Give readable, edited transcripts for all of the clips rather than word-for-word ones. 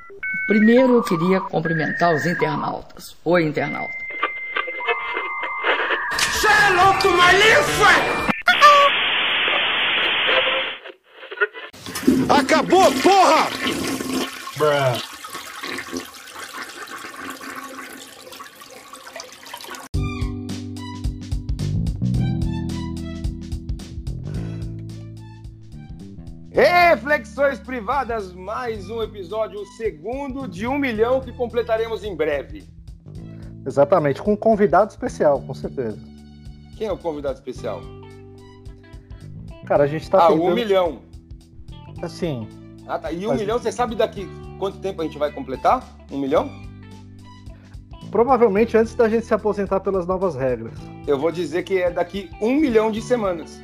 Primeiro eu queria cumprimentar os internautas. Oi, internauta. Say hello to my little friend! Acabou, porra! Bruh. Reflexões Privadas, mais um episódio, o segundo de 1 milhão que completaremos em breve. Exatamente, com um convidado especial, com certeza. Quem é o convidado especial? Cara, a gente tá tentando... 1 milhão. Assim... Ah, tá. E 1 milhão, você sabe daqui quanto tempo a gente vai completar? 1 milhão? Provavelmente antes da gente se aposentar pelas novas regras. Eu vou dizer que é daqui 1 milhão de semanas.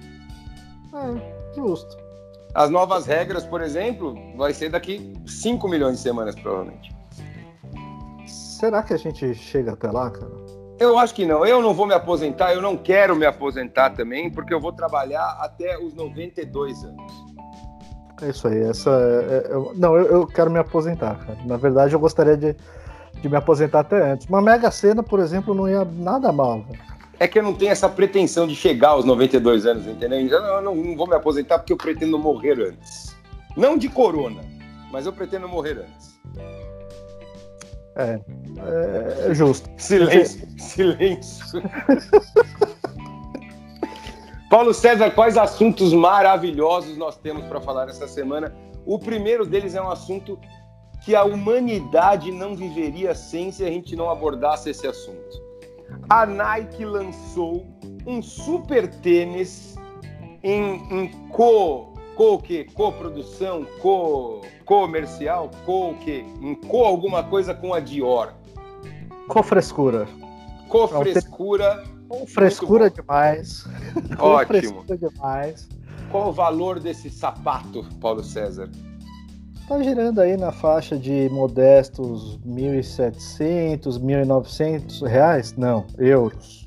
Justo. As novas regras, por exemplo, vai ser daqui 5 milhões de semanas, provavelmente. Será que a gente chega até lá, cara? Eu acho que não. Eu não vou me aposentar, eu não quero me aposentar também, porque eu vou trabalhar até os 92 anos. É isso aí. Eu quero me aposentar, cara. Na verdade, eu gostaria de me aposentar até antes. Uma Mega Sena, por exemplo, não ia nada mal, velho. É que eu não tenho essa pretensão de chegar aos 92 anos, entendeu? Eu não vou me aposentar porque eu pretendo morrer antes. Não de corona, mas eu pretendo morrer antes. É justo. Silêncio. Paulo César, quais assuntos maravilhosos nós temos para falar essa semana? O primeiro deles é um assunto que a humanidade não viveria sem se a gente não abordasse esse assunto. A Nike lançou um super tênis em coprodução, comercial, em alguma coisa com a Dior. Cofrescura. Frescura demais. Ótimo. Frescura demais. Qual o valor desse sapato, Paulo César? Tá girando aí na faixa de modestos R$ 1.700, R$ 1.900? Não, euros.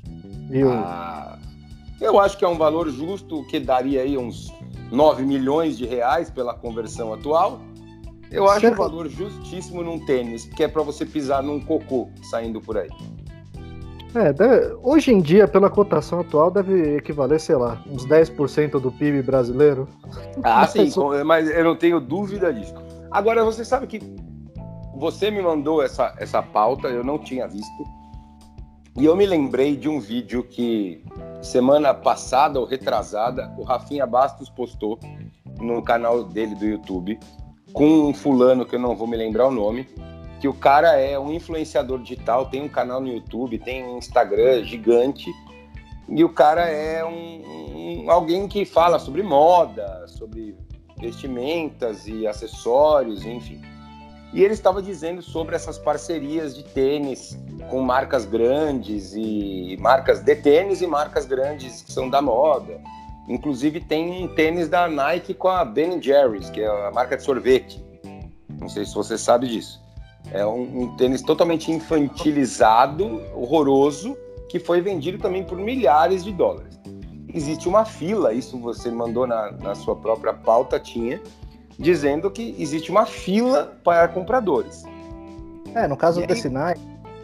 Eu acho que é um valor justo, que daria aí uns 9 milhões de reais pela conversão atual. Eu acho um valor justíssimo num tênis, que é para você pisar num cocô saindo por aí. Hoje em dia, pela cotação atual, deve equivaler, sei lá, uns 10% do PIB brasileiro. Sim, mas eu não tenho dúvida disso. Agora, você sabe que você me mandou essa pauta, eu não tinha visto, e eu me lembrei de um vídeo que semana passada ou retrasada, o Rafinha Bastos postou no canal dele do YouTube, com um fulano que eu não vou me lembrar o nome, que o cara é um influenciador digital, tem um canal no YouTube, tem um Instagram gigante, e o cara é alguém que fala sobre moda, sobre vestimentas e acessórios, enfim. E ele estava dizendo sobre essas parcerias de tênis com marcas grandes e marcas de tênis e marcas grandes que são da moda. Inclusive tem um tênis da Nike com a Ben Jerry's, que é a marca de sorvete. Não sei se você sabe disso. É um tênis totalmente infantilizado, horroroso, que foi vendido também por milhares de dólares. Existe uma fila, isso você mandou na sua própria pauta, dizendo que existe uma fila para compradores. No caso desse Nike,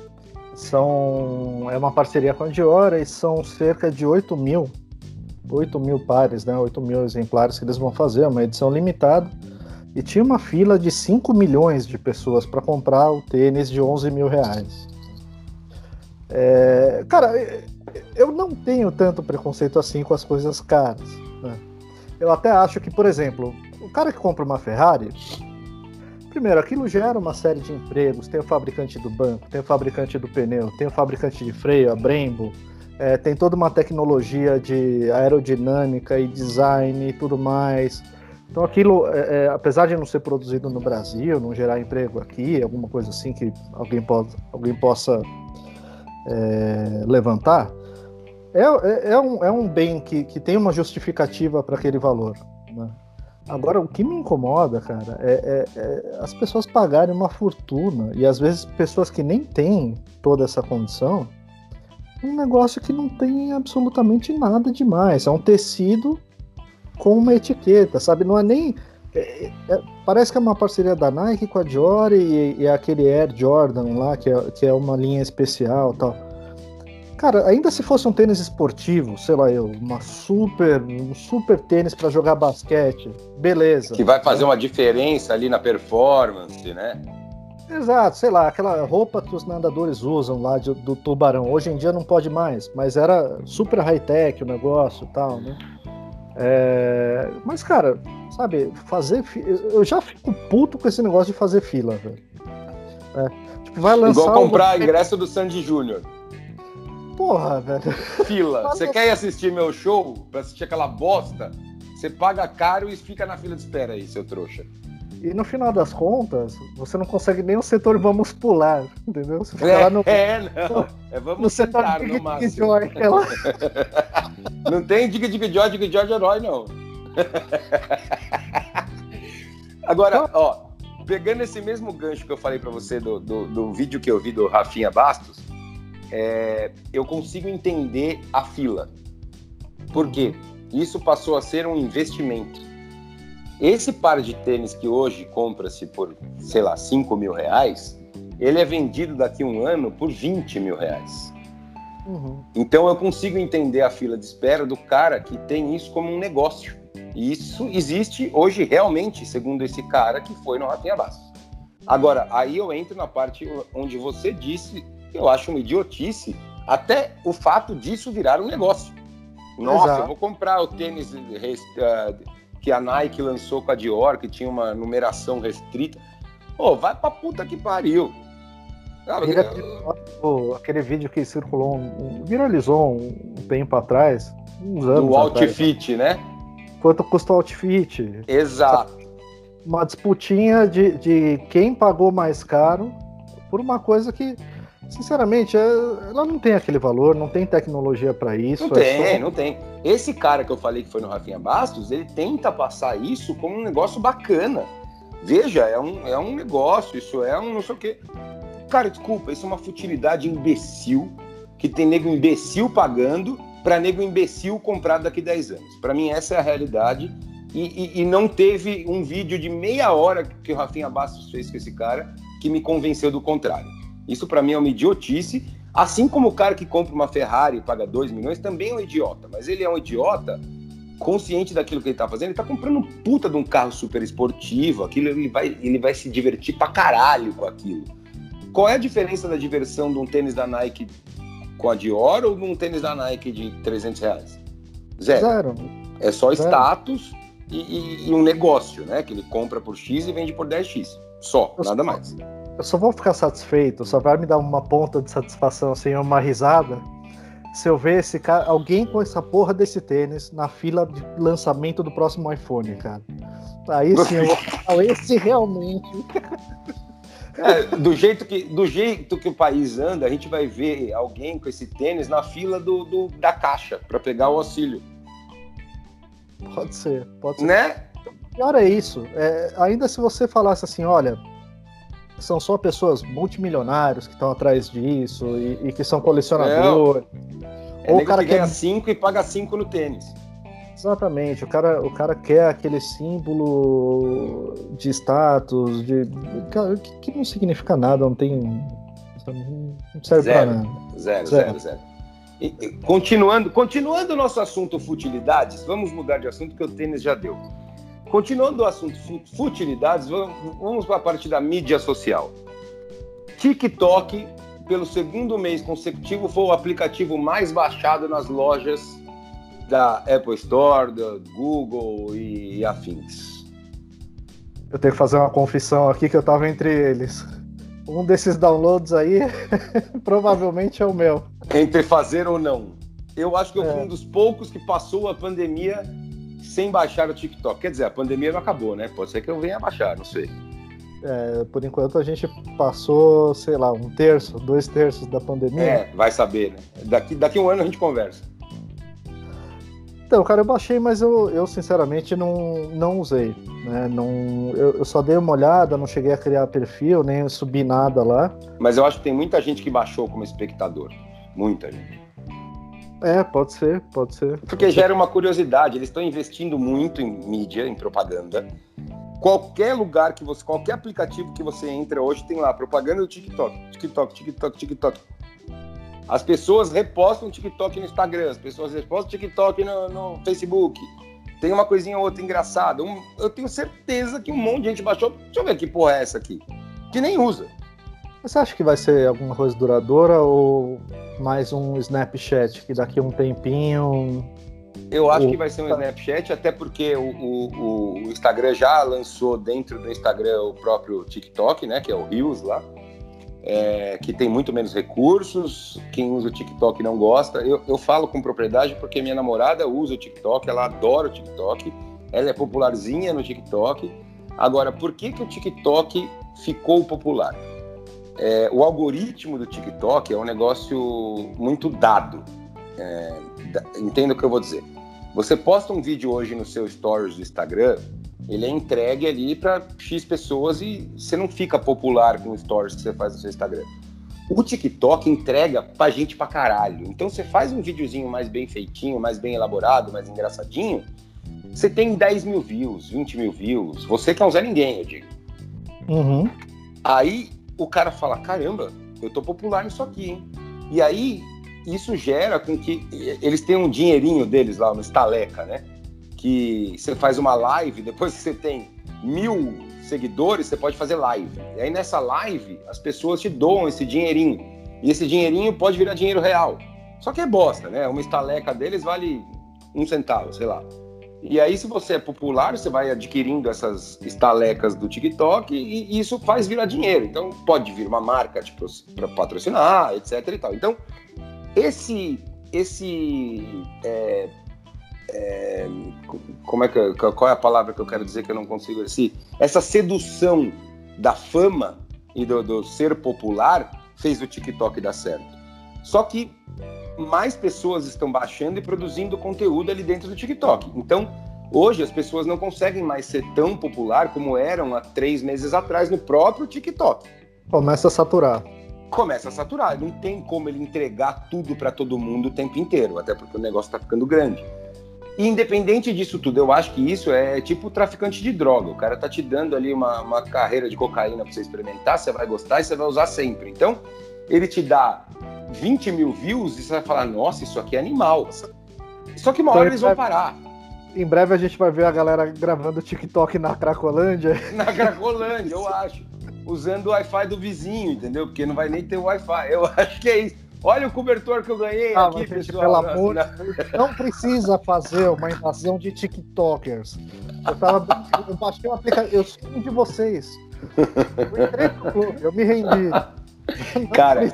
é uma parceria com a Dior e são cerca de 8 mil pares, né? 8 mil exemplares que eles vão fazer, é uma edição limitada. E tinha uma fila de 5 milhões de pessoas para comprar o tênis de 11 mil reais. Cara, eu não tenho tanto preconceito assim com as coisas caras, né? Eu até acho que, por exemplo, o cara que compra uma Ferrari, primeiro, aquilo gera uma série de empregos. Tem o fabricante do banco, tem o fabricante do pneu, tem o fabricante de freio, a Brembo, tem toda uma tecnologia de aerodinâmica e design e tudo mais. Então aquilo, apesar de não ser produzido no Brasil, não gerar emprego aqui, alguma coisa assim que alguém possa levantar, é um bem que tem uma justificativa para aquele valor, né? Agora, o que me incomoda, cara, é as pessoas pagarem uma fortuna, e às vezes pessoas que nem têm toda essa condição, um negócio que não tem absolutamente nada demais. É um tecido com uma etiqueta, sabe? Não é nem Parece que é uma parceria da Nike com a Dior e aquele Air Jordan lá, que é uma linha especial e tal. Cara, ainda se fosse um tênis esportivo, sei lá um super tênis para jogar basquete, beleza. Que vai fazer uma diferença ali na performance, né? Exato, sei lá, aquela roupa que os nadadores usam lá do tubarão. Hoje em dia não pode mais, mas era super high-tech o negócio e tal, né? Mas, cara, sabe, eu já fico puto com esse negócio de fazer fila, velho. Tipo, vai lançar igual comprar ingresso do Sandy Júnior. Porra, velho. Fila. Você quer ir assistir meu show? Pra assistir aquela bosta? Você paga caro e fica na fila de espera aí, seu trouxa. E no final das contas, você não consegue nem o setor vamos pular, entendeu? Você fica lá no... vamos no sentar setor no máximo. Joy, aquela... Não tem diga Joy herói, não. Agora, ó, pegando esse mesmo gancho que eu falei pra você do vídeo que eu vi do Rafinha Bastos, eu consigo entender a fila. Por quê? Isso passou a ser um investimento. Esse par de tênis que hoje compra-se por, sei lá, 5 mil reais, ele é vendido daqui a um ano por 20 mil reais. Uhum. Então eu consigo entender a fila de espera do cara que tem isso como um negócio. E isso existe hoje realmente, segundo esse cara que foi no Rafinha Bastos. Agora, aí eu entro na parte onde você disse, eu acho uma idiotice, até o fato disso virar um negócio. Nossa, exato. Eu vou comprar o tênis que a Nike lançou com a Dior, que tinha uma numeração restrita. Pô, vai pra puta que pariu. Aquele vídeo que circulou, viralizou um tempo atrás, uns anos do outfit, né? Quanto custa o outfit? Exato. Uma disputinha de quem pagou mais caro por uma coisa que, sinceramente, ela não tem aquele valor, não tem tecnologia pra isso. Não tem. Esse cara que eu falei que foi no Rafinha Bastos, ele tenta passar isso como um negócio bacana. Veja, é um negócio, isso é um não sei o quê. Cara, desculpa, isso é uma futilidade imbecil, que tem nego imbecil pagando pra nego imbecil comprar daqui 10 anos. Pra mim, essa é a realidade. E não teve um vídeo de meia hora que o Rafinha Bastos fez com esse cara que me convenceu do contrário. Isso pra mim é uma idiotice, assim como o cara que compra uma Ferrari e paga 2 milhões também é um idiota, mas ele é um idiota consciente daquilo que ele tá fazendo, ele tá comprando um puta de um carro super esportivo, aquilo ele vai se divertir pra caralho com aquilo. Qual é a diferença da diversão de um tênis da Nike com a Dior ou de um tênis da Nike de 300 reais? Zero. É só status e um negócio, né, que ele compra por X e vende por 10X, nada mais. Eu só vou ficar satisfeito, só vai me dar uma ponta de satisfação, assim, uma risada, se eu ver esse cara, alguém com essa porra desse tênis na fila de lançamento do próximo iPhone, cara. Aí sim, eu vou falar, esse realmente... Do jeito que o país anda, a gente vai ver alguém com esse tênis na fila da caixa para pegar o auxílio. Pode ser. Né? Pior é isso. Ainda se você falasse assim, olha, são só pessoas multimilionários que estão atrás disso e que são colecionadores. Ou o cara que ganha 5 e paga 5 no tênis. Exatamente, o cara quer aquele símbolo de status, que não significa nada, não serve pra nada. Zero. E, continuando o nosso assunto futilidades, vamos mudar de assunto que o tênis já deu. Continuando o assunto futilidades, vamos para a parte da mídia social. TikTok, pelo segundo mês consecutivo, foi o aplicativo mais baixado nas lojas da Apple Store, da Google e afins. Eu tenho que fazer uma confissão aqui que eu tava entre eles. Um desses downloads aí provavelmente é o meu. Entre fazer ou não. Eu acho que eu fui um dos poucos que passou a pandemia sem baixar o TikTok. Quer dizer, a pandemia não acabou, né? Pode ser que eu venha baixar, não sei. Por enquanto a gente passou, sei lá, 1/3, 2/3 da pandemia. Vai saber, né? Daqui um ano a gente conversa. Então, cara, eu baixei, mas eu sinceramente não usei, né? Eu só dei uma olhada, não cheguei a criar perfil, nem subi nada lá. Mas eu acho que tem muita gente que baixou como espectador. Muita gente. Pode ser. Porque gera uma curiosidade, eles estão investindo muito em mídia, em propaganda. Qualquer lugar que você, qualquer aplicativo que você entra hoje tem lá propaganda do TikTok. As pessoas repostam TikTok no Instagram, as pessoas repostam TikTok no Facebook. Tem uma coisinha ou outra engraçada. Eu tenho certeza que um monte de gente baixou. Deixa eu ver que porra é essa aqui. Que nem usa. Você acha que vai ser alguma coisa duradoura ou mais um Snapchat que daqui a um tempinho... Eu acho que vai ser um Snapchat, até porque o Instagram já lançou dentro do Instagram o próprio TikTok, né? Que é o Reels lá. Que tem muito menos recursos. Quem usa o TikTok não gosta. Eu falo com propriedade porque minha namorada usa o TikTok, ela adora o TikTok, ela é popularzinha no TikTok. Agora, por que o TikTok ficou popular? O algoritmo do TikTok é um negócio muito dado. Entenda o que eu vou dizer. Você posta um vídeo hoje no seu stories do Instagram, ele é entregue ali para X pessoas e você não fica popular com os stories que você faz no seu Instagram. O TikTok entrega pra gente pra caralho. Então você faz um videozinho mais bem feitinho, mais bem elaborado, mais engraçadinho, você tem 10 mil views, 20 mil views. Você que é um Zé Ninguém, eu digo. Uhum. Aí o cara fala, caramba, eu tô popular nisso aqui, hein? E aí isso gera com que eles tenham um dinheirinho deles lá no Estaleca, né? Que você faz uma live, depois que você tem 1000 seguidores, você pode fazer live. E aí nessa live, as pessoas te doam esse dinheirinho. E esse dinheirinho pode virar dinheiro real. Só que é bosta, né? Uma estaleca deles vale 1 centavo, sei lá. E aí, se você é popular, você vai adquirindo essas estalecas do TikTok e isso faz virar dinheiro. Então, pode vir uma marca para patrocinar, etc e tal. Então, qual é a palavra que eu quero dizer que eu não consigo dizer? Essa sedução da fama e do ser popular fez o TikTok dar certo. Só que mais pessoas estão baixando e produzindo conteúdo ali dentro do TikTok. Então, hoje as pessoas não conseguem mais ser tão popular como eram há 3 meses atrás no próprio TikTok. Começa a saturar. Não tem como ele entregar tudo para todo mundo o tempo inteiro, até porque o negócio está ficando grande. E independente disso tudo, eu acho que isso é tipo traficante de droga. O cara tá te dando ali uma carreira de cocaína para você experimentar, você vai gostar e você vai usar sempre. Então, ele te dá 20 mil views e você vai falar, nossa, isso aqui é animal. Só que uma hora eles vão parar. Em breve a gente vai ver a galera gravando TikTok na Cracolândia. Na Cracolândia, eu acho. Usando o Wi-Fi do vizinho, entendeu? Porque não vai nem ter Wi-Fi. Eu acho que é isso. Olha o cobertor que eu ganhei aqui, pessoal. Pelo amor de Deus, não precisa fazer uma invasão de TikTokers. Eu baixei um aplicativo, eu sou um de vocês. Eu entrei no clube, eu me rendi. Cara,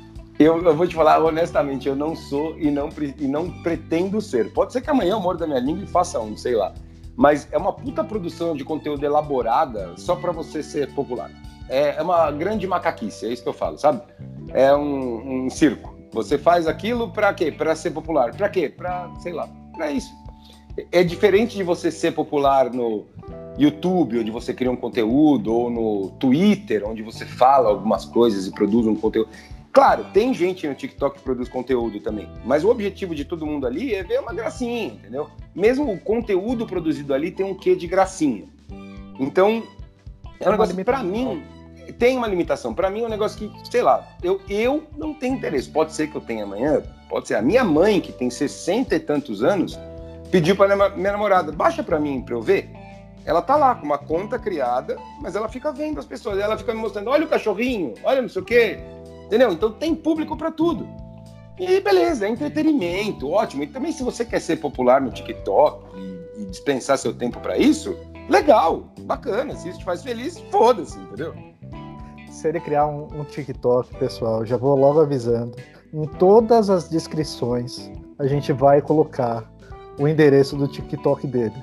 eu vou te falar honestamente, eu não sou e não pretendo ser. Pode ser que amanhã eu morda minha língua e faça um, sei lá. Mas é uma puta produção de conteúdo elaborada só pra você ser popular. É uma grande macaquice, é isso que eu falo, sabe? É um circo. Você faz aquilo pra quê? Pra ser popular. Pra quê? Pra, sei lá, pra isso. É diferente de você ser popular no YouTube, onde você cria um conteúdo, ou no Twitter, onde você fala algumas coisas e produz um conteúdo. Claro, tem gente no TikTok que produz conteúdo também, mas o objetivo de todo mundo ali é ver uma gracinha, entendeu? Mesmo o conteúdo produzido ali tem um quê de gracinha. Então, é um negócio que pra mim tem uma limitação. Pra mim é um negócio que, sei lá, eu não tenho interesse. Pode ser que eu tenha amanhã, pode ser. A minha mãe, que tem 60 e tantos anos, pediu pra minha namorada, baixa pra mim, pra eu ver. Ela tá lá com uma conta criada, mas ela fica vendo as pessoas, ela fica me mostrando, olha o cachorrinho, olha não sei o quê. Entendeu? Então tem público para tudo. E beleza, é entretenimento, ótimo. E também se você quer ser popular no TikTok e dispensar seu tempo para isso, legal, bacana. Se isso te faz feliz, foda-se, entendeu? Se ele criar um TikTok, pessoal, já vou logo avisando. Em todas as descrições, a gente vai colocar o endereço do TikTok dele.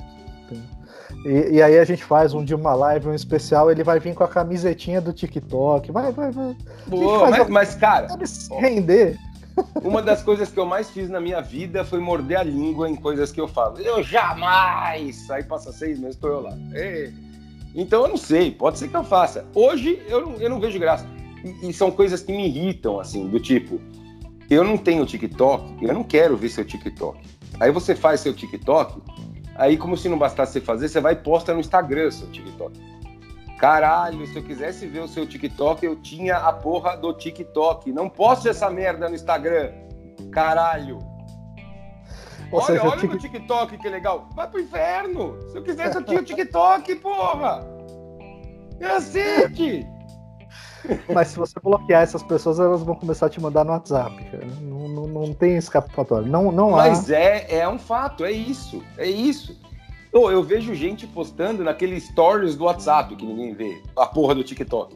E aí a gente faz de uma live, um especial, ele vai vir com a camisetinha do TikTok, vai. Boa, mas cara, render. Uma das coisas que eu mais fiz na minha vida foi morder a língua em coisas que eu falo. Eu jamais! Aí passa 6 meses, estou eu lá. Então eu não sei, pode ser que eu faça. Hoje eu não vejo graça. E são coisas que me irritam, assim, do tipo, eu não tenho TikTok, eu não quero ver seu TikTok. Aí você faz seu TikTok, Aí, como se não bastasse você fazer, você vai e posta no Instagram seu TikTok. Caralho, se eu quisesse ver o seu TikTok, eu tinha a porra do TikTok. Não poste essa merda no Instagram. Caralho. Olha o TikTok, que legal. Vai pro inferno. Se eu quisesse, eu tinha o TikTok, porra. Cacete. Mas se você bloquear essas pessoas, elas vão começar a te mandar no WhatsApp, cara. Não tem escapatório. Não Mas é um fato, é isso. Eu vejo gente postando naqueles stories do WhatsApp que ninguém vê. A porra do TikTok.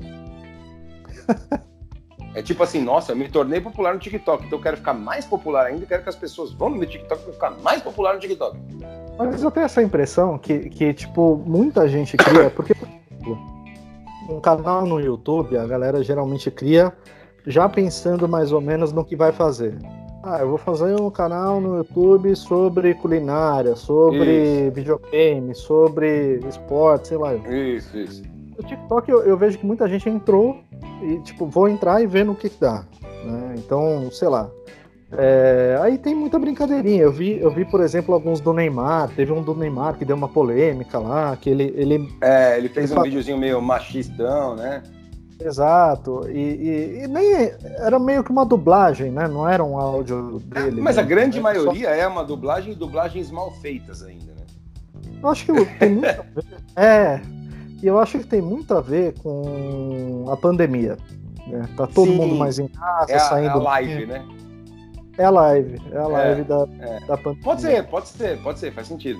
É tipo assim, nossa, eu me tornei popular no TikTok, então eu quero ficar mais popular ainda, quero que as pessoas vão no meu TikTok pra ficar mais popular no TikTok. Mas eu tenho essa impressão que tipo, muita gente cria, porque, por exemplo, um canal no YouTube, a galera geralmente cria já pensando mais ou menos no que vai fazer. Eu vou fazer um canal no YouTube sobre culinária, sobre videogame, sobre esporte, sei lá. Isso. No TikTok eu vejo que muita gente entrou e, tipo, vou entrar e ver no que dá, né? Então, sei lá. Aí tem muita brincadeirinha. Eu vi, por exemplo, alguns do Neymar. Teve um do Neymar que deu uma polêmica lá, que ele fez um videozinho meio machistão, né? Exato, e nem era meio que uma dublagem, né? Não era um áudio dele. Mas a grande maioria é uma dublagem e dublagens mal feitas ainda, né? Eu acho que tem muito a ver. E eu acho que tem muito a ver com a pandemia, né? Tá todo mundo mais em casa, saindo. É a live, né? É a live da pandemia. Pode ser, faz sentido.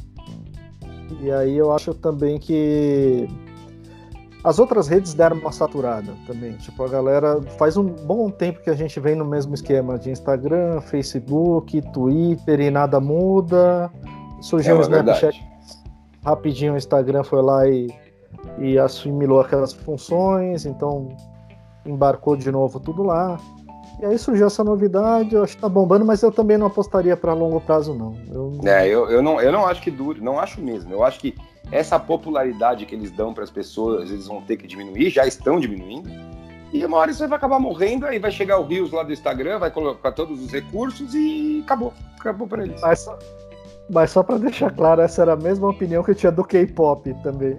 E aí eu acho também que as outras redes deram uma saturada também. Tipo, a galera faz um bom tempo que a gente vem no mesmo esquema de Instagram, Facebook, Twitter e nada muda. Surgiu o Snapchat. Rapidinho o Instagram foi lá e assimilou aquelas funções, então embarcou de novo tudo lá. E aí surgiu essa novidade, eu acho que tá bombando, mas eu também não apostaria para longo prazo, não. Eu não acho que dure, não acho mesmo. Eu acho que essa popularidade que eles dão para as pessoas, eles vão ter que diminuir, já estão diminuindo, e uma hora isso vai acabar morrendo, aí vai chegar o Reels lá do Instagram, vai colocar todos os recursos e acabou para eles. Mas só para deixar claro, essa era a mesma opinião que eu tinha do K-pop também.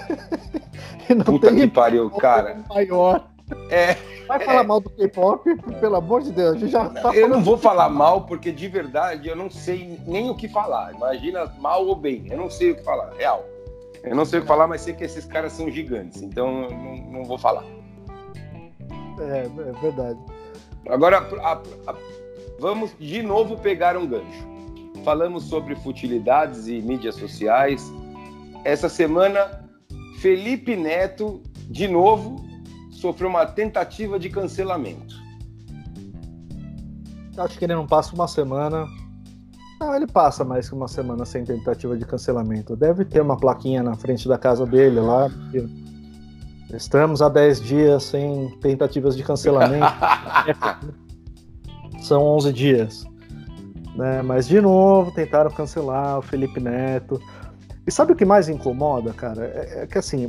Puta que pariu, cara. Maior. Vai falar mal do K-pop, pelo amor de Deus, a gente já tá. Eu não vou falar mal, porque de verdade eu não sei nem o que falar. Imagina mal ou bem, eu não sei o que falar, real. Eu não sei o que falar, mas sei que esses caras são gigantes, então não vou falar. É verdade. Agora, vamos de novo pegar um gancho. Falamos sobre futilidades e mídias sociais. Essa semana, Felipe Neto, de novo, sofreu uma tentativa de cancelamento. Acho que ele não passa uma semana. Não, ele passa mais que uma semana sem tentativa de cancelamento. Deve ter uma plaquinha na frente da casa dele lá. Estamos há 10 dias sem tentativas de cancelamento. São 11 dias. Né? Mas, de novo, tentaram cancelar o Felipe Neto. E sabe o que mais incomoda, cara? É que, assim,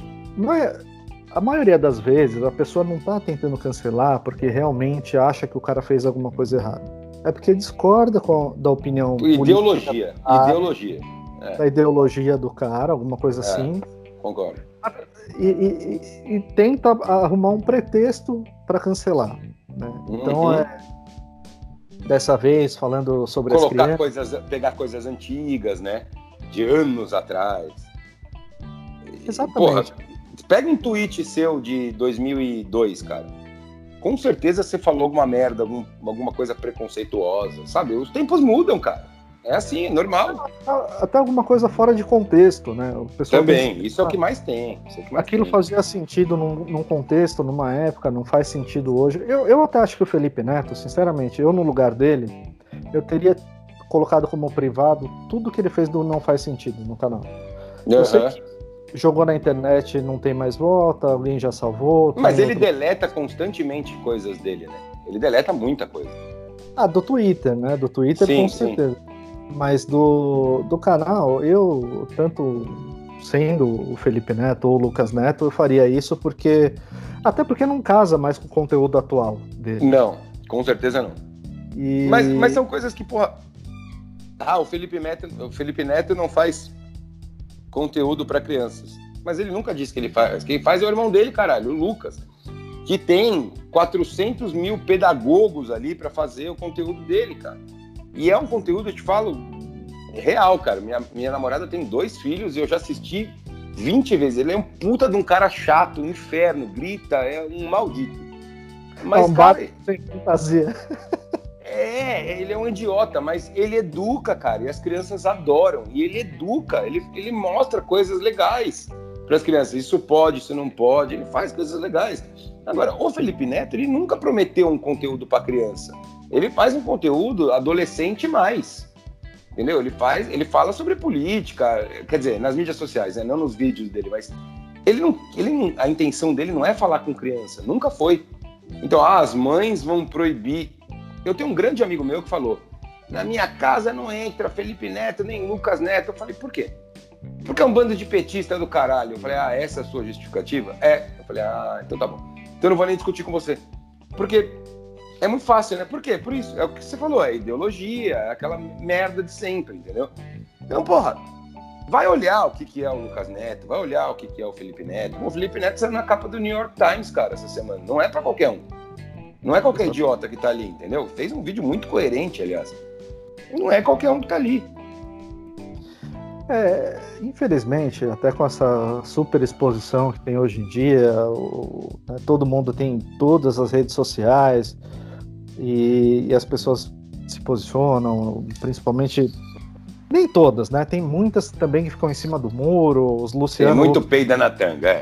a maioria das vezes a pessoa não tá tentando cancelar porque realmente acha que o cara fez alguma coisa errada. É porque discorda da opinião Ideologia. Da ideologia do cara, alguma coisa assim. Concordo. E tenta arrumar um pretexto para cancelar. Né? Então, dessa vez, falando sobre as crianças... Pegar coisas antigas, né? De anos atrás. Exatamente. Porra, pega um tweet seu de 2002, cara. Com certeza você falou alguma merda, alguma coisa preconceituosa, sabe? Os tempos mudam, cara. É assim, é normal. Até alguma coisa fora de contexto, né? O pessoal também, isso é o que mais tem. Aquilo fazia sentido num contexto, numa época, não faz sentido hoje. Eu até acho que o Felipe Neto, sinceramente, eu no lugar dele, eu teria colocado como privado tudo que ele fez do Não Faz Sentido no canal. Eu sei que jogou na internet, não tem mais volta, alguém já salvou. Mas ele deleta constantemente coisas dele, né? Ele deleta muita coisa. Do Twitter, né? Do Twitter, sim, com certeza. Mas do canal, eu, tanto sendo o Felipe Neto ou o Lucas Neto, eu faria isso até porque não casa mais com o conteúdo atual dele. Não, com certeza não. Mas são coisas que, porra, o Felipe Neto não faz conteúdo para crianças. Mas ele nunca disse que ele faz. Quem faz é o irmão dele, caralho, o Lucas, que tem 400 mil pedagogos ali para fazer o conteúdo dele, cara. E é um conteúdo, eu te falo, real, cara. Minha namorada tem 2 filhos e eu já assisti 20 vezes. Ele é um puta de um cara chato, um inferno, grita, é um maldito. Mas, cara, sem fantasia. Ele é um idiota, mas ele educa, cara, e as crianças adoram. E ele educa, ele mostra coisas legais para as crianças. Isso pode, isso não pode, ele faz coisas legais. Agora, o Felipe Neto, ele nunca prometeu um conteúdo para criança. Ele faz um conteúdo adolescente mais. Entendeu? Ele fala sobre política, quer dizer, nas mídias sociais, né? Não nos vídeos dele, mas a intenção dele não é falar com criança, nunca foi. Então, as mães vão proibir. Eu tenho um grande amigo meu que falou: na minha casa não entra Felipe Neto nem Lucas Neto. Eu falei: por quê? Porque é um bando de petista do caralho. Eu falei: essa é a sua justificativa? Eu falei: então tá bom. Então eu não vou nem discutir com você. Porque é muito fácil, né? Por quê? Por isso. É o que você falou, é ideologia, é aquela merda de sempre, entendeu? Então, porra, vai olhar o que é o Lucas Neto, vai olhar o que é o Felipe Neto. O Felipe Neto saiu na capa do New York Times, cara, essa semana. Não é pra qualquer um. Não é qualquer idiota que tá ali, entendeu? Fez um vídeo muito coerente, aliás. Não é qualquer um que tá ali. Infelizmente, até com essa super exposição que tem hoje em dia, todo mundo tem todas as redes sociais e as pessoas se posicionam, principalmente, nem todas, né? Tem muitas também que ficam em cima do muro, os Luciano... Tem muito peida na tanga,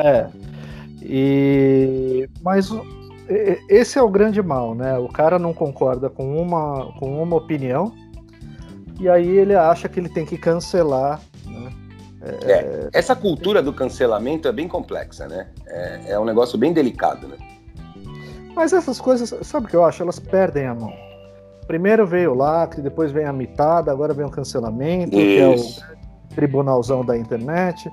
Mas esse é o grande mal, né? O cara não concorda com uma opinião e aí ele acha que ele tem que cancelar, né? Essa cultura do cancelamento é bem complexa, né? É um negócio bem delicado, né? Mas essas coisas, sabe o que eu acho? Elas perdem a mão. Primeiro veio o lacre, depois vem a mitada, agora vem o cancelamento, que é o tribunalzão da internet.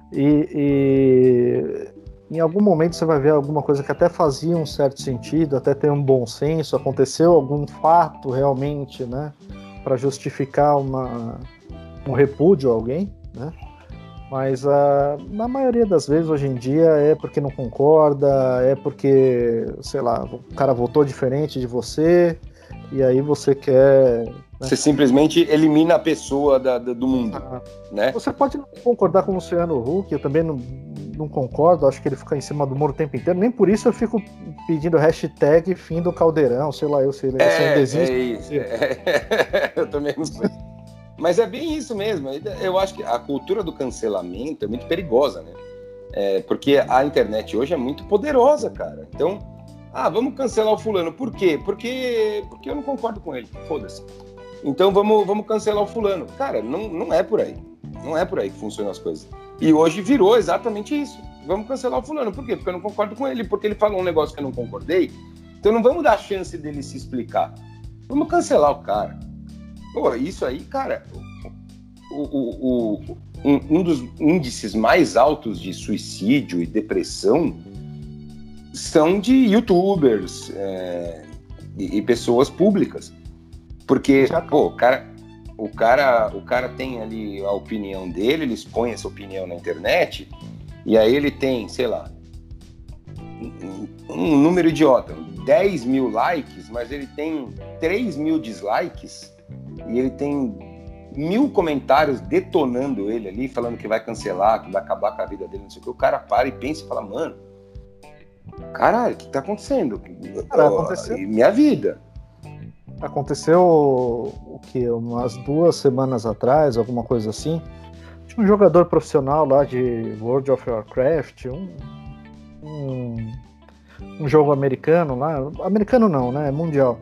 E em algum momento você vai ver alguma coisa que até fazia um certo sentido, até tem um bom senso, aconteceu algum fato realmente, né, para justificar um repúdio a alguém, né? Mas na maioria das vezes hoje em dia é porque não concorda, é porque, sei lá, o cara votou diferente de você e aí você quer... Né? Você simplesmente elimina a pessoa do mundo, né? Você pode não concordar com o Luciano Huck, eu também não concordo, acho que ele fica em cima do muro o tempo inteiro, nem por isso eu fico pedindo hashtag fim do caldeirão, sei lá, se ele ainda existe. Isso. Eu também não sei. Mas é bem isso mesmo. Eu acho que a cultura do cancelamento é muito perigosa, né? Porque a internet hoje é muito poderosa, cara. Então, vamos cancelar o fulano. Por quê? Porque eu não concordo com ele. Foda-se. Então vamos cancelar o fulano. Cara, não é por aí. Não é por aí que funcionam as coisas. E hoje virou exatamente isso. Vamos cancelar o fulano. Por quê? Porque eu não concordo com ele. Porque ele falou um negócio que eu não concordei. Então não vamos dar a chance dele se explicar. Vamos cancelar o cara. Pô, isso aí, cara, um dos índices mais altos de suicídio e depressão são de youtubers e pessoas públicas. Porque, o cara tem ali a opinião dele, ele expõe essa opinião na internet, e aí ele tem, sei lá, um número idiota, 10 mil likes, mas ele tem 3 mil dislikes, e ele tem 1000 comentários detonando ele ali, falando que vai cancelar, que vai acabar com a vida dele, não sei o que. O cara para e pensa e fala: mano, caralho, o que tá acontecendo? Aconteceu. Minha vida. Aconteceu o que? Umas 2 semanas atrás, alguma coisa assim. Tinha um jogador profissional lá de World of Warcraft, um jogo americano lá. Americano não, né? Mundial.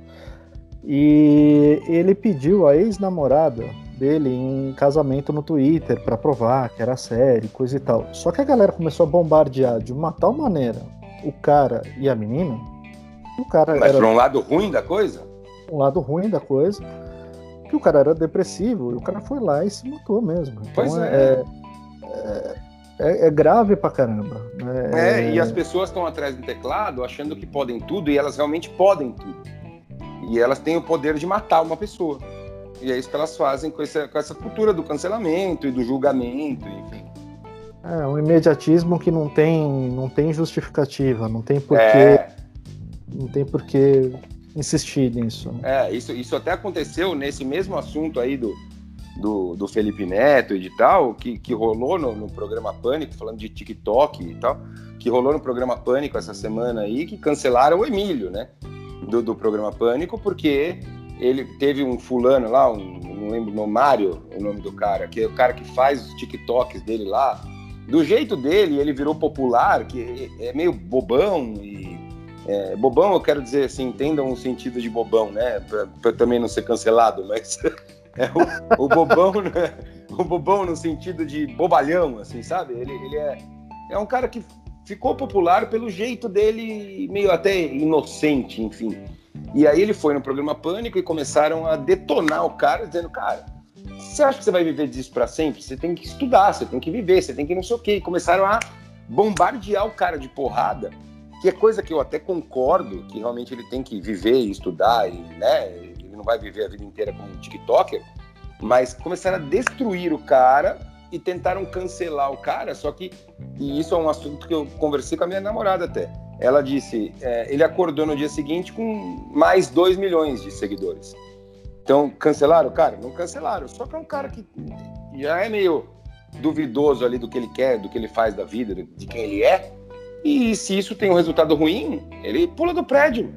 E ele pediu a ex-namorada dele em casamento no Twitter pra provar que era sério, coisa e tal. Só que a galera começou a bombardear de uma tal maneira o cara e a menina. Mas por um lado ruim da coisa? Um lado ruim da coisa, que o cara era depressivo e o cara foi lá e se matou mesmo. Então pois é grave pra caramba. E as pessoas estão atrás do teclado achando que podem tudo, e elas realmente podem tudo. E elas têm o poder de matar uma pessoa. E é isso que elas fazem com essa cultura do cancelamento e do julgamento, enfim. É um imediatismo que não tem justificativa, não tem porquê, não tem porquê insistir nisso. Isso até aconteceu nesse mesmo assunto aí do Felipe Neto e de tal, que rolou no programa Pânico, falando de TikTok e tal, que rolou no programa Pânico essa semana aí, que cancelaram o Emílio, né, do programa Pânico, porque ele teve um fulano lá, não lembro, no Mário, o nome do cara, que é o cara que faz os TikToks dele lá, do jeito dele, ele virou popular, que é meio bobão, bobão eu quero dizer assim, entendam o sentido de bobão, né, pra também não ser cancelado, mas o bobão, né? O bobão no sentido de bobalhão, assim, sabe, ele é um cara que ficou popular pelo jeito dele, meio até inocente, enfim, e aí ele foi no programa Pânico e começaram a detonar o cara, dizendo, cara, você acha que você vai viver disso pra sempre? Você tem que estudar, você tem que viver, você tem que não sei o quê. E começaram a bombardear o cara de porrada, que é coisa que eu até concordo, que realmente ele tem que viver e estudar, e, né, ele não vai viver a vida inteira como um TikToker, mas começaram a destruir o cara e tentaram cancelar o cara, só que, e isso é um assunto que eu conversei com a minha namorada até, ela disse, ele acordou no dia seguinte com mais 2 milhões de seguidores. Então, cancelaram o cara? Não cancelaram. Só que é um cara que já é meio duvidoso ali do que ele quer, do que ele faz da vida, de quem ele é. E se isso tem um resultado ruim, ele pula do prédio.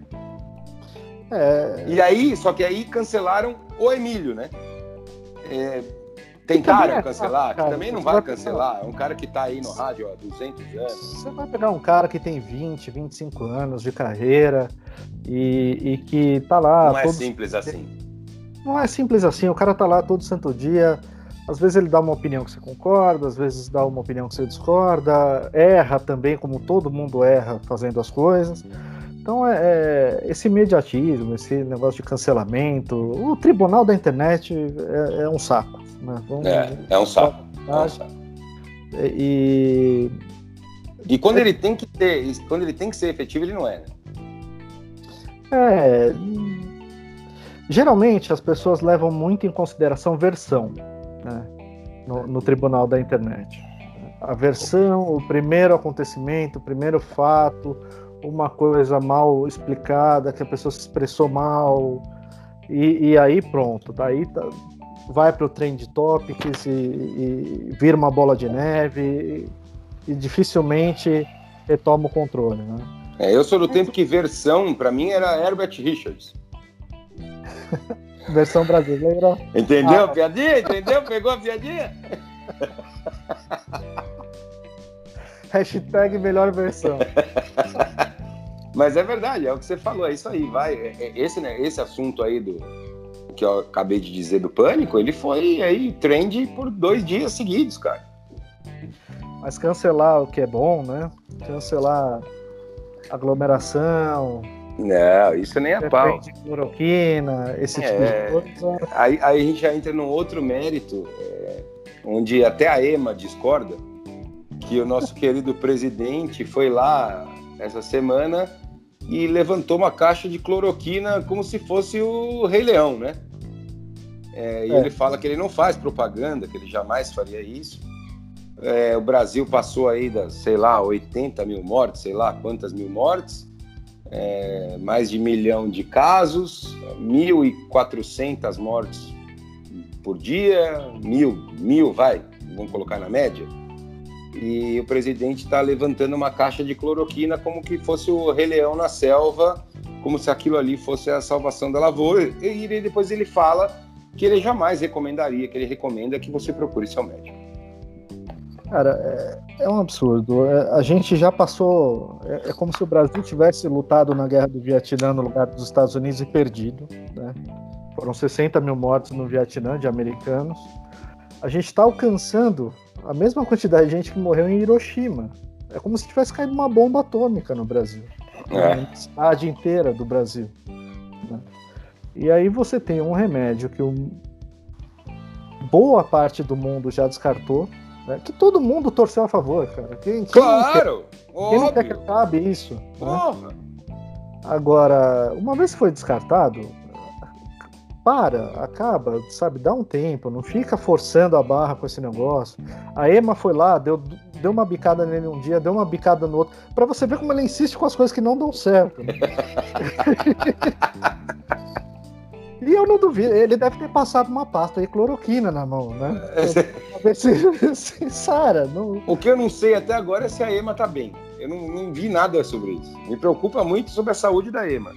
E aí, só que aí cancelaram o Emílio, né? Tentaram cancelar, que também não vai cancelar. É um cara que tá aí no rádio há 200 anos. Você vai pegar um cara que tem 20, 25 anos de carreira e que tá lá... Não é simples assim. Não é simples assim, o cara tá lá todo santo dia, às vezes ele dá uma opinião que você concorda, às vezes dá uma opinião que você discorda, erra também, como todo mundo erra fazendo as coisas. Então esse imediatismo, esse negócio de cancelamento, o tribunal da internet é um saco. Né? É um saco. E quando ele tem que ser efetivo, ele não é, né? Geralmente as pessoas levam muito em consideração versão, né, no tribunal da internet. A versão, o primeiro acontecimento, o primeiro fato, uma coisa mal explicada, que a pessoa se expressou mal, e aí pronto, daí vai para o Trend Topics e vira uma bola de neve e dificilmente retoma o controle. Né? Eu sou do tempo que versão, para mim, era Herbert Richards. Versão brasileira. Entendeu a piadinha? Entendeu? Pegou a piadinha? Hashtag melhor versão. Mas é verdade, é o que você falou, é isso aí, vai. Esse assunto aí que eu acabei de dizer do Pânico, ele foi aí trend por 2 dias seguidos, cara. Mas cancelar o que é bom, né? Cancelar aglomeração. Não, isso nem é pau. Cloroquina, esse tipo de coisa. Aí a gente já entra num outro mérito, onde até a EMA discorda, que o nosso querido presidente foi lá essa semana e levantou uma caixa de cloroquina como se fosse o Rei Leão, né? E ele fala que ele não faz propaganda, que ele jamais faria isso. O Brasil passou aí das, sei lá, 80 mil mortes, sei lá quantas mil mortes, mais de 1 milhão de casos, 1.400 mortes por dia, mil, vamos colocar na média. E o presidente está levantando uma caixa de cloroquina como que fosse o Rei Leão na selva, como se aquilo ali fosse a salvação da lavoura. E depois ele fala que ele jamais recomendaria, que ele recomenda que você procure seu médico. Cara, é um absurdo. A gente já passou... É como se o Brasil tivesse lutado na Guerra do Vietnã no lugar dos Estados Unidos e perdido, né? Foram 60 mil mortos no Vietnã de americanos. A gente está alcançando a mesma quantidade de gente que morreu em Hiroshima. É como se tivesse caído uma bomba atômica no Brasil. Na cidade inteira do Brasil. Né? E aí você tem um remédio que boa parte do mundo já descartou, né? Que todo mundo torceu a favor, cara. Claro! Quem não quer que acabe isso? Né? Agora, uma vez que foi descartado, acaba, sabe, dá um tempo, não fica forçando a barra com esse negócio. A Emma foi lá, deu uma bicada nele um dia, deu uma bicada no outro, pra você ver como ele insiste com as coisas que não dão certo. Né? E eu não duvido, ele deve ter passado uma pasta de cloroquina na mão, né? Pra ver se Sara. Não... O que eu não sei até agora é se a Emma tá bem. Eu não vi nada sobre isso. Me preocupa muito sobre a saúde da Emma.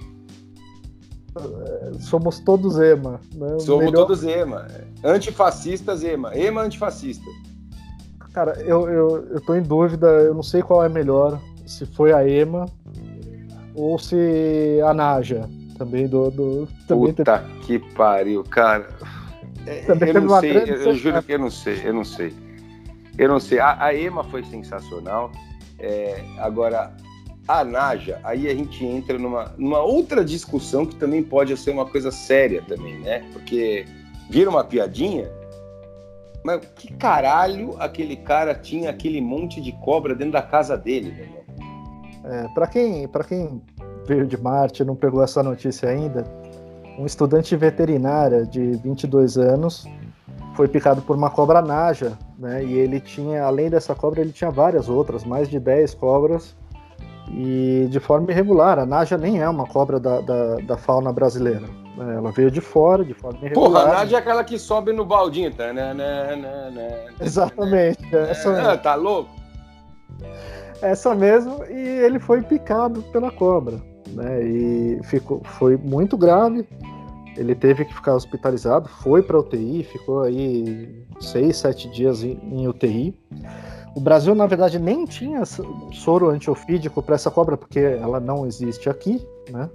Somos todos Emma. Né? Somos todos Emma. Antifascistas Emma. Emma antifascista. Cara, eu tô em dúvida, eu não sei qual é melhor, se foi a Emma ou se a Naja. Também também Puta que pariu, cara. Eu não sei, eu juro que eu não sei. A Emma foi sensacional. Agora, a Naja, aí a gente entra numa outra discussão que também pode ser uma coisa séria também, né? Porque vira uma piadinha, mas que caralho aquele cara tinha aquele monte de cobra dentro da casa dele, meu irmão? Pra quem veio de Marte e não pegou essa notícia ainda, um estudante de veterinária de 22 anos foi picado por uma cobra Naja, né? E ele tinha, além dessa cobra, ele tinha várias outras, mais de 10 cobras, e de forma irregular. A Naja nem é uma cobra da fauna brasileira, né? Ela veio de fora, de forma irregular. Porra, a Naja é aquela que sobe no baldinho, tá? Exatamente. Tá louco? Essa mesmo, e ele foi picado pela cobra, né? E foi muito grave. Ele teve que ficar hospitalizado, foi para UTI, ficou aí 6, 7 dias em UTI. O Brasil, na verdade, nem tinha soro antiofídico para essa cobra, porque ela não existe aqui, né?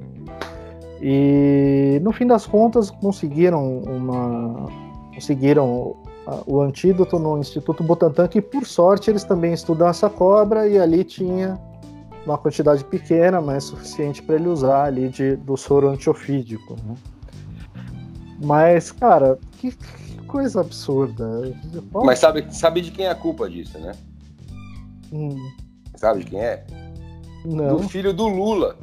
E no fim das contas conseguiram o antídoto no Instituto Butantan, que por sorte eles também estudam essa cobra, e ali tinha uma quantidade pequena, mas suficiente para ele usar ali do soro antiofídico, né? Mas, cara, que coisa absurda. Mas sabe de quem é a culpa disso, né? Sabe de quem é? Não. Do filho do Lula,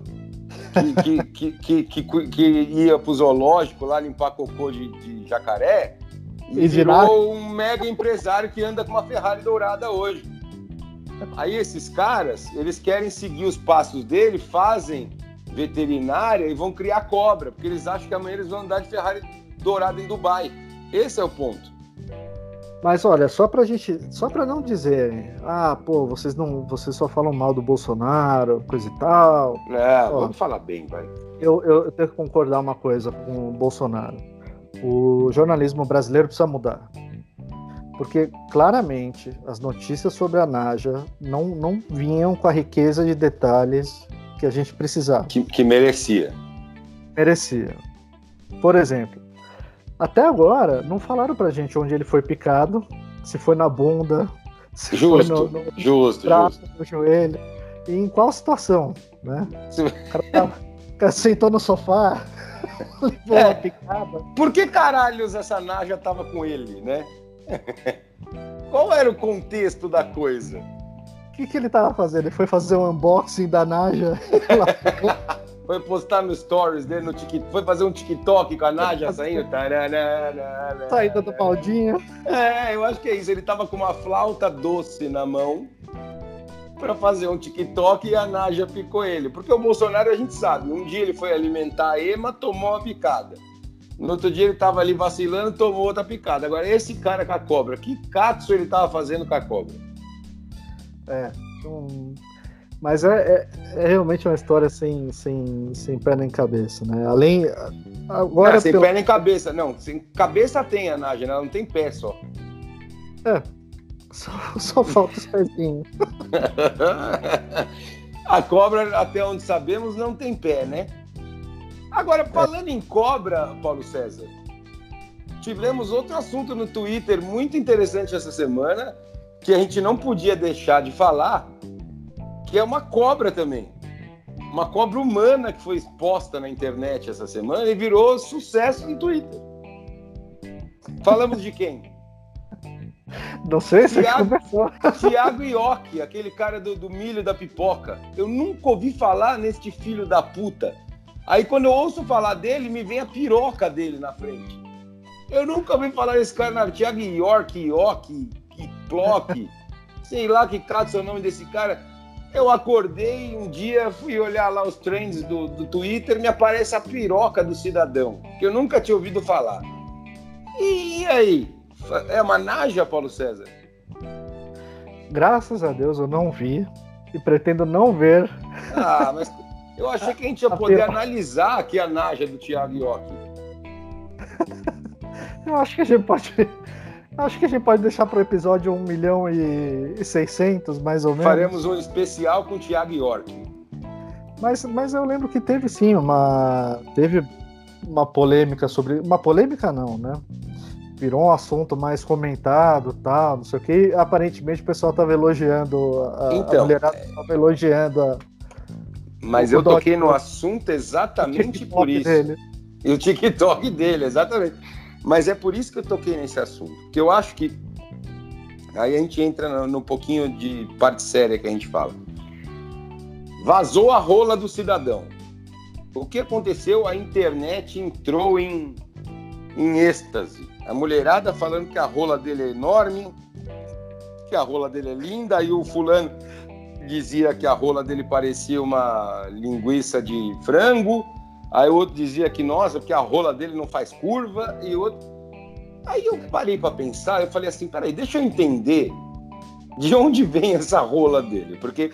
que ia pro zoológico lá limpar cocô de jacaré e virou um mega empresário que anda com uma Ferrari dourada hoje. Aí esses caras, eles querem seguir os passos dele, fazem veterinária e vão criar cobra, porque eles acham que amanhã eles vão andar de Ferrari dourada em Dubai. Esse é o ponto. Mas olha, só pra não dizer, vocês só falam mal do Bolsonaro, coisa e tal. Vamos falar bem, vai. Eu tenho que concordar uma coisa com o Bolsonaro. O jornalismo brasileiro precisa mudar. Porque, claramente, as notícias sobre a Naja não vinham com a riqueza de detalhes que a gente precisava. Que merecia. Merecia. Por exemplo, até agora, não falaram pra gente onde ele foi picado, se foi na bunda, se foi no braço, no joelho, e em qual situação, né? O cara sentou no sofá, levou uma picada. Por que caralhos essa Naja tava com ele, né? Qual era o contexto da coisa? O que ele tava fazendo? Ele foi fazer um unboxing da Naja. Foi postar no stories dele, no TikTok, foi fazer um TikTok com a Naja saindo. Saída do baldinho. Eu acho que é isso. Ele tava com uma flauta doce na mão pra fazer um TikTok e a Naja picou ele. Porque o Bolsonaro, a gente sabe, um dia ele foi alimentar a Emma, tomou uma picada. No outro dia ele tava ali vacilando, tomou outra picada. Agora, esse cara com a cobra, que catso ele tava fazendo com a cobra? Mas é realmente uma história sem pé nem cabeça, né? Agora sem pé nem cabeça. Não, sem cabeça tem a Naja, ela não tem pé só. Só falta os pezinhos. A cobra, até onde sabemos, não tem pé, né? Agora, falando em cobra, Paulo César, tivemos outro assunto no Twitter muito interessante essa semana, que a gente não podia deixar de falar, que é uma cobra também. Uma cobra humana que foi exposta na internet essa semana e virou sucesso no Twitter. Falamos de quem? Não sei se começou. Thiago Ioki, aquele cara do milho da pipoca. Eu nunca ouvi falar neste filho da puta. Aí quando eu ouço falar dele, me vem a piroca dele na frente. Eu nunca ouvi falar desse cara, Thiago York, Plock, sei lá que caso é o nome desse cara. Eu acordei um dia, fui olhar lá os trends do Twitter, me aparece a piroca do cidadão, que eu nunca tinha ouvido falar. E aí? É uma naja, Paulo César? Graças a Deus eu não vi e pretendo não ver. Ah, mas eu achei que a gente ia poder analisar aqui a naja do Thiago York. Eu acho que a gente pode deixar para o episódio 1.600.000, mais ou menos. Faremos um especial com o Thiago York. Mas eu lembro que teve sim teve uma polêmica sobre... Uma polêmica não, né? Virou um assunto mais comentado, tal, não sei o que. Aparentemente o pessoal estava elogiando a mulherada, estava elogiando Mas eu toquei no assunto exatamente por isso. E o TikTok dele, exatamente. Mas é por isso que eu toquei nesse assunto. Porque eu acho que aí a gente entra no pouquinho de parte séria que a gente fala. Vazou a rola do cidadão. O que aconteceu? A internet entrou em êxtase. A mulherada falando que a rola dele é enorme, que a rola dele é linda, e o fulano dizia que a rola dele parecia uma linguiça de frango, aí o outro dizia que, nossa, porque a rola dele não faz curva, e o outro... Aí eu parei para pensar, eu falei assim, peraí, deixa eu entender de onde vem essa rola dele, porque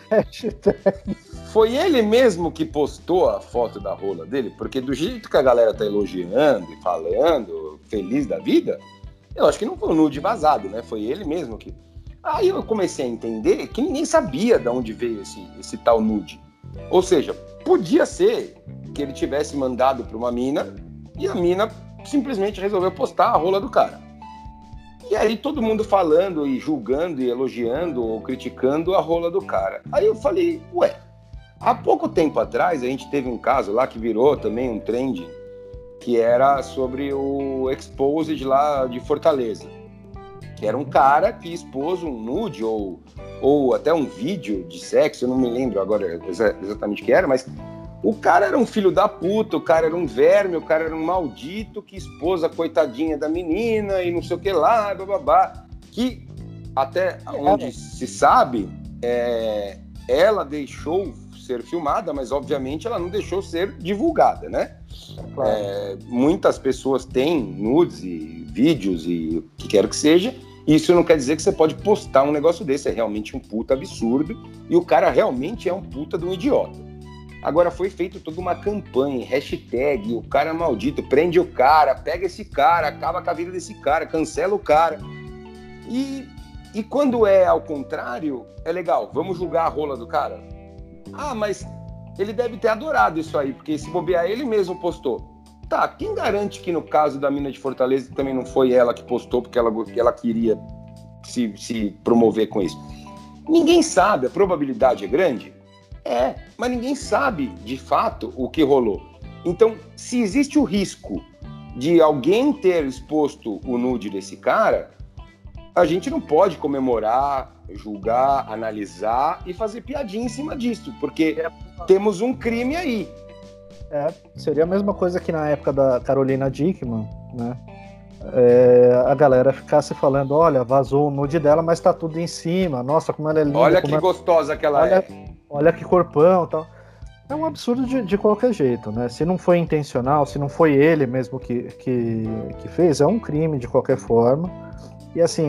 foi ele mesmo que postou a foto da rola dele, porque do jeito que a galera tá elogiando e falando, feliz da vida, eu acho que não foi um nude vazado, né? Foi ele mesmo que... Aí eu comecei a entender que ninguém sabia de onde veio esse tal nude. Ou seja, podia ser que ele tivesse mandado para uma mina e a mina simplesmente resolveu postar a rola do cara. E aí todo mundo falando e julgando e elogiando ou criticando a rola do cara. Aí eu falei, ué, há pouco tempo atrás a gente teve um caso lá que virou também um trend, que era sobre o Exposed lá de Fortaleza. Que era um cara que expôs um nude ou até um vídeo de sexo, eu não me lembro agora exatamente o que era, mas o cara era um filho da puta, o cara era um verme, o cara era um maldito que expôs a coitadinha da menina e não sei o que lá, bababá. Que até onde se sabe, ela deixou ser filmada, mas obviamente ela não deixou ser divulgada, né? Claro. Muitas pessoas têm nudes e vídeos e o que quer que seja. Isso não quer dizer que você pode postar um negócio desse, é realmente um puta absurdo e o cara realmente é um puta de um idiota. Agora foi feita toda uma campanha, hashtag, o cara é maldito, prende o cara, pega esse cara, acaba com a vida desse cara, cancela o cara. E quando é ao contrário, é legal, vamos julgar a rola do cara? Ah, mas ele deve ter adorado isso aí, porque se bobear ele mesmo postou. Tá, quem garante que no caso da mina de Fortaleza também não foi ela que postou porque ela queria se promover com isso? Ninguém sabe, a probabilidade é grande? É, mas ninguém sabe de fato o que rolou. Então, se existe o risco de alguém ter exposto o nude desse cara, a gente não pode comemorar, julgar, analisar e fazer piadinha em cima disso, porque temos um crime aí. Seria a mesma coisa que na época da Carolina Dickmann, né? A galera ficasse falando, olha, vazou o nude dela, mas tá tudo em cima, nossa, como ela é linda. Olha que gostosa que ela é. Olha que corpão e tal. É um absurdo de qualquer jeito, né? Se não foi intencional, se não foi ele mesmo que fez, é um crime de qualquer forma. E assim,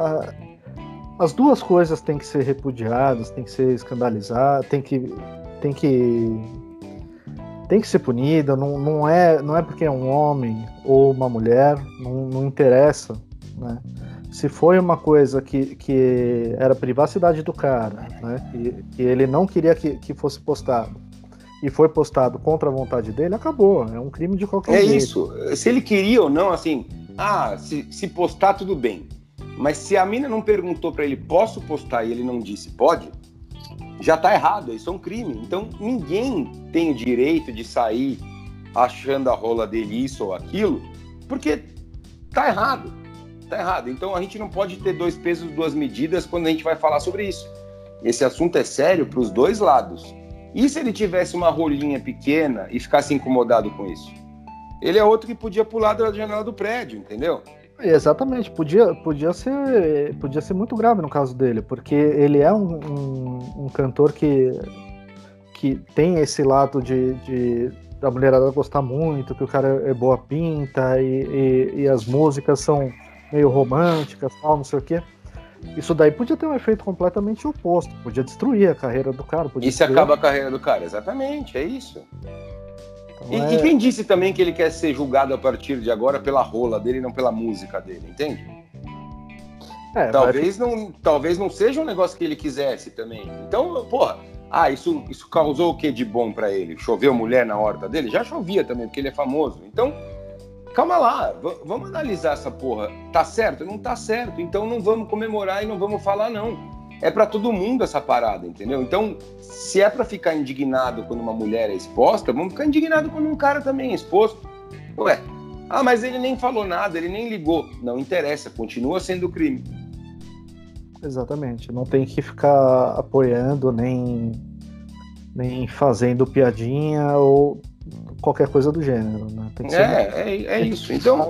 as duas coisas têm que ser repudiadas, têm que ser escandalizadas, tem que ser punida, não é porque é um homem ou uma mulher, não interessa, né? Se foi uma coisa que era privacidade do cara, né? Que ele não queria que fosse postado e foi postado contra a vontade dele, acabou, é um crime de qualquer jeito. É isso, se ele queria ou não, assim, se postar tudo bem, mas se a mina não perguntou pra ele, posso postar, e ele não disse, pode, já tá errado, isso é um crime. Então ninguém tem o direito de sair achando a rola dele isso ou aquilo, porque tá errado. Tá errado. Então a gente não pode ter dois pesos, duas medidas quando a gente vai falar sobre isso. Esse assunto é sério para os dois lados. E se ele tivesse uma rolinha pequena e ficasse incomodado com isso? Ele é outro que podia pular da janela do prédio, entendeu? Exatamente, podia ser muito grave no caso dele, porque ele é um cantor que tem esse lado da mulherada gostar muito, que o cara é boa pinta e as músicas são meio românticas, tal, não sei o quê. Isso daí podia ter um efeito completamente oposto, podia destruir a carreira do cara. Isso acaba a carreira do cara, exatamente, é isso. Então, e quem disse também que ele quer ser julgado a partir de agora pela rola dele e não pela música dele, entende? Talvez não seja um negócio que ele quisesse também. Então, porra, isso causou o que de bom pra ele? Choveu mulher na horta dele? Já chovia também, porque ele é famoso. Então, calma lá, vamos analisar essa porra. Tá certo? Não tá certo. Então não vamos comemorar e não vamos falar não. É pra todo mundo essa parada, entendeu? Então, se é pra ficar indignado quando uma mulher é exposta, vamos ficar indignado quando um cara também é exposto. Ué, mas ele nem falou nada, ele nem ligou. Não interessa, continua sendo crime. Exatamente, não tem que ficar apoiando, nem fazendo piadinha ou qualquer coisa do gênero, né? Tem que ser é isso. Então,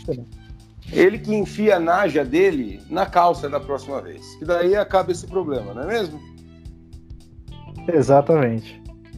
ele que enfia a naja dele na calça da próxima vez. Que daí acaba esse problema, não é mesmo? Exatamente.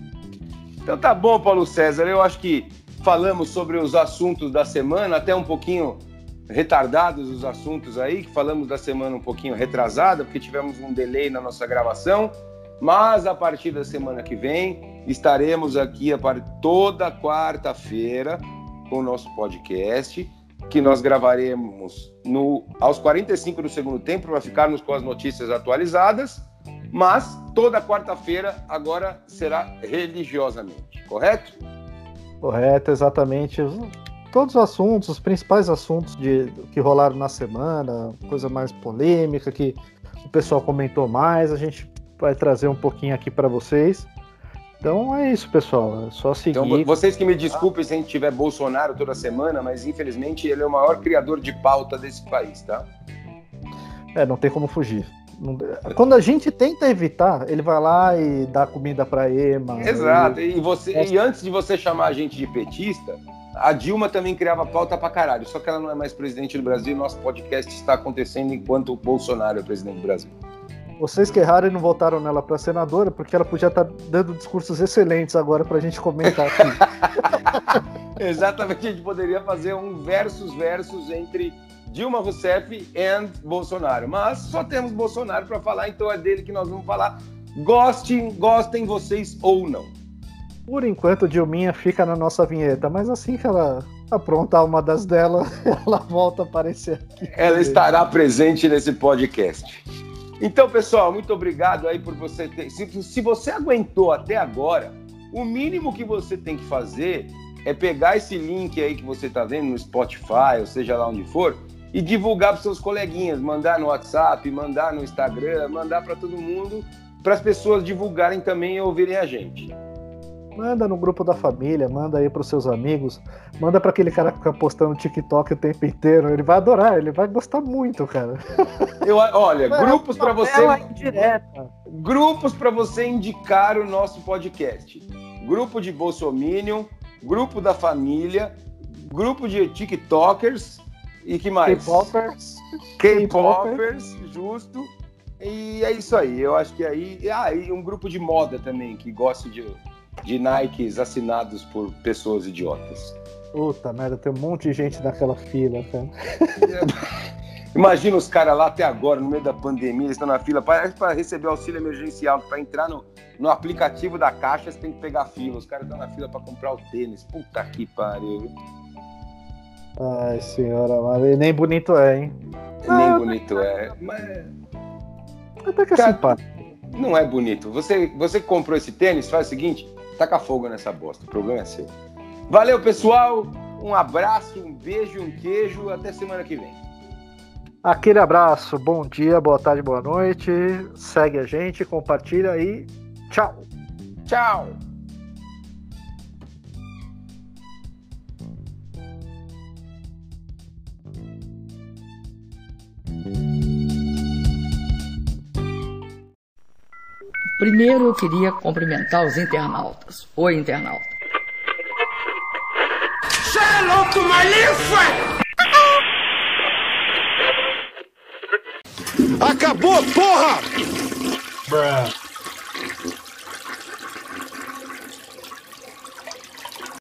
Então tá bom, Paulo César. Eu acho que falamos sobre os assuntos da semana, até um pouquinho retardados os assuntos aí, que falamos da semana um pouquinho retrasada, porque tivemos um delay na nossa gravação. Mas a partir da semana que vem, estaremos aqui toda quarta-feira com o nosso podcast, que nós gravaremos aos 45 do segundo tempo, para ficarmos com as notícias atualizadas, mas toda quarta-feira agora será religiosamente, correto? Correto, exatamente. Todos os assuntos, os principais assuntos que rolaram na semana, coisa mais polêmica, que o pessoal comentou mais, a gente vai trazer um pouquinho aqui para vocês. Então é isso, pessoal. É só seguir. Então, vocês que me desculpem se a gente tiver Bolsonaro toda semana, mas infelizmente ele é o maior criador de pauta desse país, tá? Não tem como fugir. Quando a gente tenta evitar, ele vai lá e dá comida pra Ema. Exato. E antes de você chamar a gente de petista, a Dilma também criava pauta pra caralho. Só que ela não é mais presidente do Brasil e nosso podcast está acontecendo enquanto o Bolsonaro é presidente do Brasil. Vocês que erraram e não votaram nela para senadora, porque ela podia estar dando discursos excelentes agora para a gente comentar aqui. Exatamente, a gente poderia fazer um versus entre Dilma Rousseff e Bolsonaro. Mas só temos Bolsonaro para falar, então é dele que nós vamos falar. Gostem vocês ou não. Por enquanto, Dilminha fica na nossa vinheta, mas assim que ela aprontar uma das dela, ela volta a aparecer aqui. Ela estará presente nesse podcast. Então, pessoal, muito obrigado aí por você ter... Se você aguentou até agora, o mínimo que você tem que fazer é pegar esse link aí que você tá vendo no Spotify, ou seja lá onde for, e divulgar para seus coleguinhas, mandar no WhatsApp, mandar no Instagram, mandar para todo mundo, para as pessoas divulgarem também e ouvirem a gente. Manda no grupo da família, manda aí pros seus amigos, manda para aquele cara que fica postando TikTok o tempo inteiro, ele vai adorar, ele vai gostar muito, cara. Olha, grupos para você indicar o nosso podcast. Grupo de Bolsominion, grupo da família, grupo de TikTokers e que mais? K-popers, justo. E é isso aí, eu acho que aí... e um grupo de moda também, que gosta de Nikes assinados por pessoas idiotas. Puta merda, tem um monte de gente naquela fila, cara. Imagina os caras lá até agora, no meio da pandemia, eles estão na fila para receber auxílio emergencial, para entrar no aplicativo da Caixa, você tem que pegar fila. Os caras estão na fila para comprar o tênis. Puta que pariu. Ai, senhora, mas nem bonito é, hein? Nem bonito é, mas... Até que é simpático. Não é bonito. Você que comprou esse tênis, faz o seguinte, taca fogo nessa bosta, o problema é seu. Valeu, pessoal, um abraço, um beijo, um queijo, até semana que vem. Aquele abraço, bom dia, boa tarde, boa noite, segue a gente, compartilha e tchau. Tchau. Primeiro eu queria cumprimentar os internautas. Oi, internauta. Cê é louco, Malifa! Acabou, porra! Bruh.